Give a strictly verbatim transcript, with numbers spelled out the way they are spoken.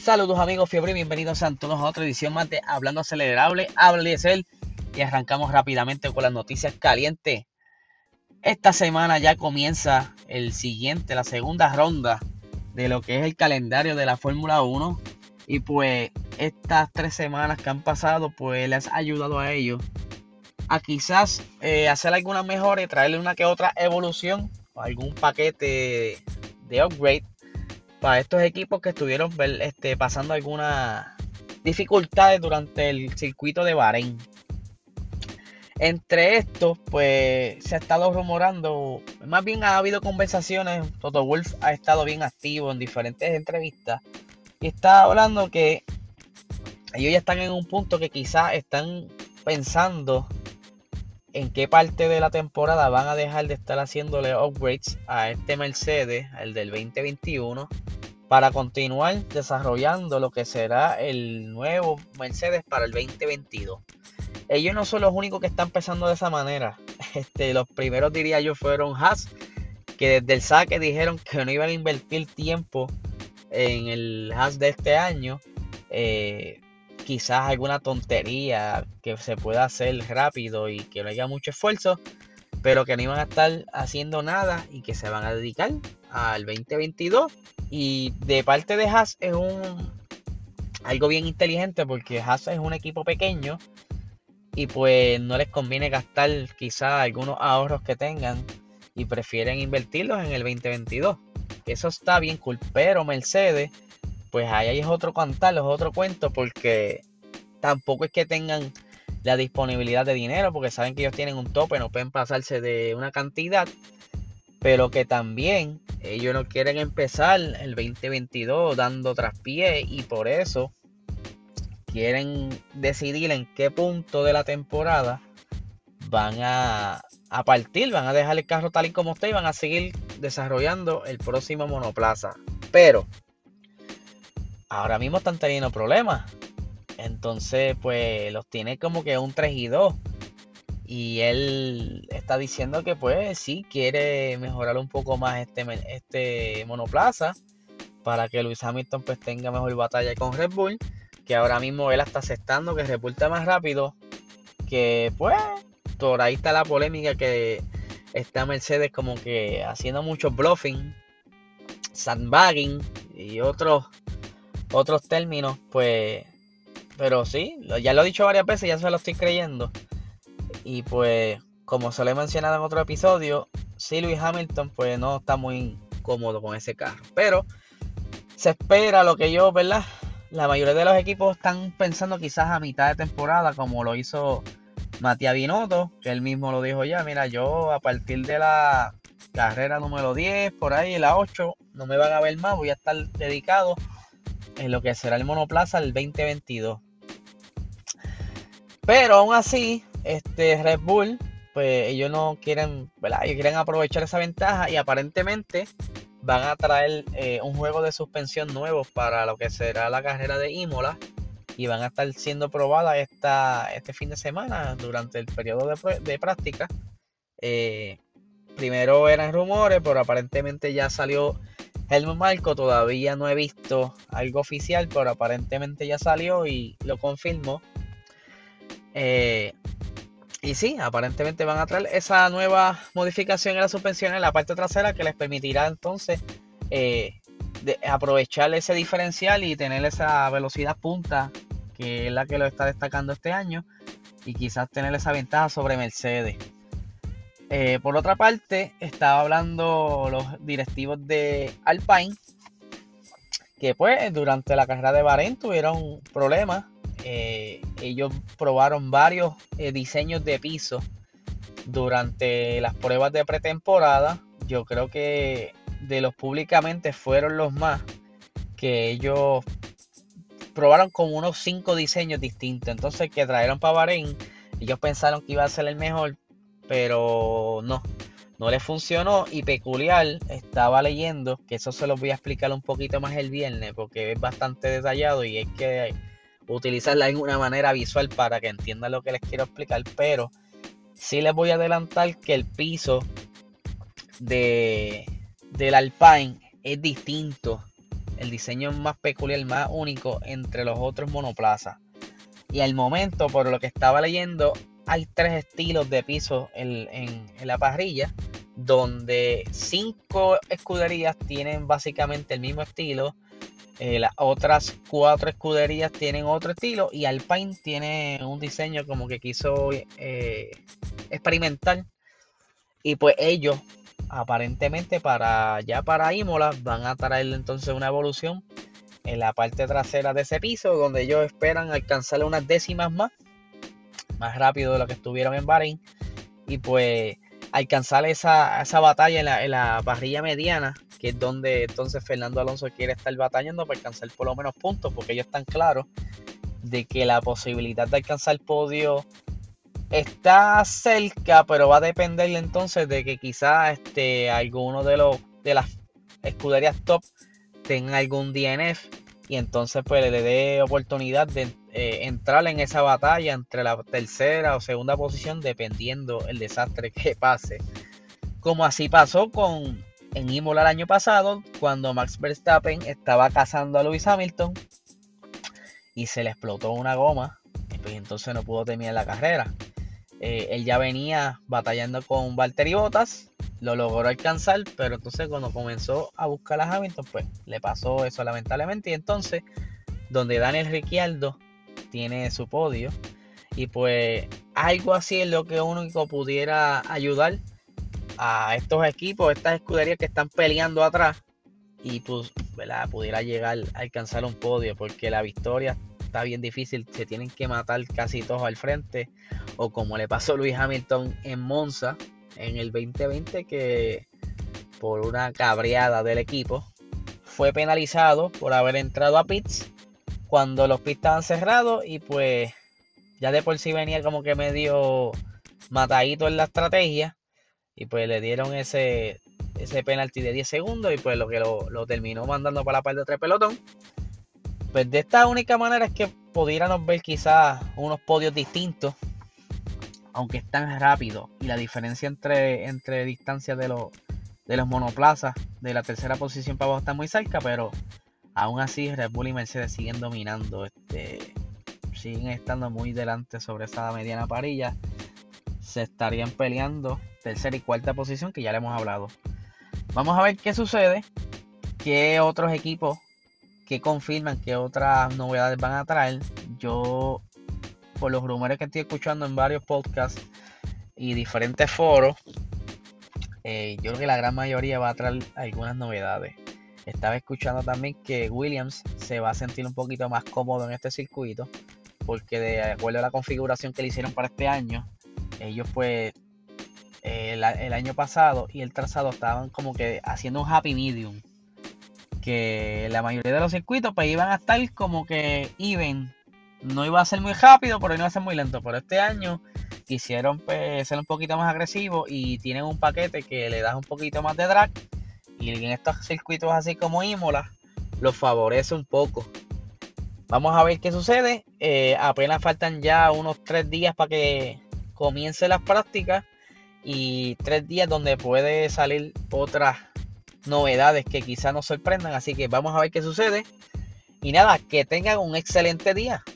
Saludos amigos fiebre, bienvenidos a todos a otra edición más de Hablando Acelerable. Habla Eliezer y arrancamos rápidamente con las noticias calientes. Esta semana ya comienza el siguiente, la segunda ronda de lo que es el calendario de la Fórmula uno. Y pues estas tres semanas que han pasado pues les ha ayudado a ellos a quizás eh, hacer algunas mejoras y traerle una que otra evolución o algún paquete de upgrade para estos equipos que estuvieron este, pasando algunas dificultades durante el circuito de Bahrein. Entre estos, pues se ha estado rumorando, más bien ha habido conversaciones. Toto Wolff ha estado bien activo en diferentes entrevistas y está hablando que ellos ya están en un punto que quizás están pensando en qué parte de la temporada van a dejar de estar haciéndole upgrades a este Mercedes, el del veinte veintiuno, para continuar desarrollando lo que será el nuevo Mercedes para el veinte veintidós. Ellos no son los únicos que están pensando de esa manera. Este, los primeros, diría yo, fueron Haas, que desde el saque dijeron que no iban a invertir tiempo en el Haas de este año. Eh, quizás alguna tontería que se pueda hacer rápido y que no haya mucho esfuerzo, pero que no iban a estar haciendo nada y que se van a dedicar al veinte veintidós. Y de parte de Haas es un algo bien inteligente, porque Haas es un equipo pequeño y pues no les conviene gastar quizás algunos ahorros que tengan y prefieren invertirlos en el veinte veintidós. Eso está bien cool, pero Mercedes, pues ahí es otro cantar, es otro cuento, porque tampoco es que tengan la disponibilidad de dinero, porque saben que ellos tienen un tope, no pueden pasarse de una cantidad, pero que también ellos no quieren empezar el veinte veintidós dando traspié, y por eso quieren decidir en qué punto de la temporada van a, a partir, van a dejar el carro tal y como está y van a seguir desarrollando el próximo monoplaza. Pero ahora mismo están teniendo problemas, entonces pues los tiene como que un tres y dos. Y él está diciendo que pues sí quiere mejorar un poco más este, este monoplaza para que Lewis Hamilton pues tenga mejor batalla con Red Bull, que ahora mismo él está aceptando que Red Bull está más rápido, que pues por ahí está la polémica, que está Mercedes como que haciendo mucho bluffing, sandbagging y otros otros términos, pues, pero sí, ya lo he dicho varias veces, ya se lo estoy creyendo. Y pues, como se lo he mencionado en otro episodio, sí, Lewis Hamilton pues no está muy cómodo con ese carro. Pero se espera lo que yo, ¿verdad? La mayoría de los equipos están pensando quizás a mitad de temporada, como lo hizo Matías Binotto, que él mismo lo dijo ya. Mira, yo a partir de la carrera número diez, por ahí, la ocho, no me van a ver más, voy a estar dedicado en lo que será el monoplaza el veinte veintidós. Pero aún así, este Red Bull, pues ellos no quieren, ¿verdad? Ellos quieren aprovechar esa ventaja y aparentemente van a traer eh, un juego de suspensión nuevo para lo que será la carrera de Imola, y van a estar siendo probadas esta, este fin de semana durante el periodo de, de práctica. Eh, primero eran rumores, pero aparentemente ya salió Helmut Marko. Todavía no he visto algo oficial, pero aparentemente ya salió y lo confirmó. Eh, y sí, aparentemente van a traer esa nueva modificación en la suspensión en la parte trasera, que les permitirá entonces eh, de aprovechar ese diferencial y tener esa velocidad punta, que es la que lo está destacando este año, y quizás tener esa ventaja sobre Mercedes. Eh, por otra parte, estaba hablando los directivos de Alpine, que pues durante la carrera de Bahrein tuvieron problemas. Eh, ellos probaron varios eh, diseños de piso durante las pruebas de pretemporada. Yo creo que de los públicamente fueron los más, que ellos probaron como unos cinco diseños distintos. Entonces, que trajeron para Bahrein, ellos pensaron que iba a ser el mejor, pero no, no les funcionó. Y peculiar, estaba leyendo, que eso se los voy a explicar un poquito más el viernes, porque es bastante detallado y hay que utilizarla en una manera visual para que entiendan lo que les quiero explicar. Pero sí les voy a adelantar que el piso de del Alpine es distinto el diseño más peculiar, más único entre los otros monoplazas. Y al momento, por lo que estaba leyendo, hay tres estilos de piso en, en, en la parrilla, donde cinco escuderías tienen básicamente el mismo estilo. Eh, las otras cuatro escuderías tienen otro estilo y Alpine tiene un diseño como que quiso eh, experimentar. Y pues ellos aparentemente para ya para Imola van a traer entonces una evolución en la parte trasera de ese piso, donde ellos esperan alcanzar unas décimas más, más rápido de lo que estuvieron en Bahrein, y pues alcanzar esa, esa batalla en la, en la parrilla mediana, que es donde entonces Fernando Alonso quiere estar batallando para alcanzar por lo menos puntos, porque ellos están claros de que la posibilidad de alcanzar podio está cerca, pero va a depender entonces de que quizás este, alguno de los de las escuderías top tenga algún D N F y entonces pues le dé oportunidad de eh, entrar en esa batalla entre la tercera o segunda posición, dependiendo el desastre que pase, como así pasó con en Imola el año pasado, cuando Max Verstappen estaba cazando a Lewis Hamilton y se le explotó una goma, y pues entonces no pudo terminar la carrera. Eh, él ya venía batallando con Valtteri Bottas, lo logró alcanzar, pero entonces cuando comenzó a buscar a Hamilton, pues le pasó eso lamentablemente. Y entonces, donde Daniel Ricciardo tiene su podio, y pues algo así es lo que único pudiera ayudar a estos equipos, estas escuderías que están peleando atrás, y pues, ¿verdad?, pudiera llegar a alcanzar un podio, porque la victoria está bien difícil, se tienen que matar casi todos al frente, o como le pasó a Lewis Hamilton en Monza en el veinte veinte, que por una cabreada del equipo fue penalizado por haber entrado a pits cuando los pits estaban cerrados, y pues ya de por sí venía como que medio matadito en la estrategia, y pues le dieron ese ese penalti de diez segundos, y pues lo que lo, lo terminó mandando para la parte de tres pelotón. Pues de esta única manera es que pudiéramos ver quizás unos podios distintos, aunque están rápidos, y la diferencia entre, entre distancias de los, de los monoplazas de la tercera posición para abajo está muy cerca, pero aún así Red Bull y Mercedes siguen dominando, este, siguen estando muy delante sobre esa mediana parrilla. Se estarían peleando tercera y cuarta posición, que ya le hemos hablado. Vamos a ver qué sucede, qué otros equipos que confirman, qué otras novedades van a traer. Yo, por los rumores que estoy escuchando en varios podcasts y diferentes foros, eh, yo creo que la gran mayoría va a traer algunas novedades. Estaba escuchando también que Williams se va a sentir un poquito más cómodo en este circuito, porque de acuerdo a la configuración que le hicieron para este año, ellos pues eh, el, el año pasado y el trazado estaban como que haciendo un happy medium, que la mayoría de los circuitos pues iban a estar como que even, no iba a ser muy rápido, pero no iba a ser muy lento. Pero este año quisieron pues ser un poquito más agresivos y tienen un paquete que le da un poquito más de drag, y en estos circuitos así como Imola los favorece un poco. Vamos a ver qué sucede. Eh, apenas faltan ya unos tres días para que comience las prácticas, y tres días donde puede salir otras novedades que quizás nos sorprendan, así que vamos a ver qué sucede. Y nada, que tengan un excelente día.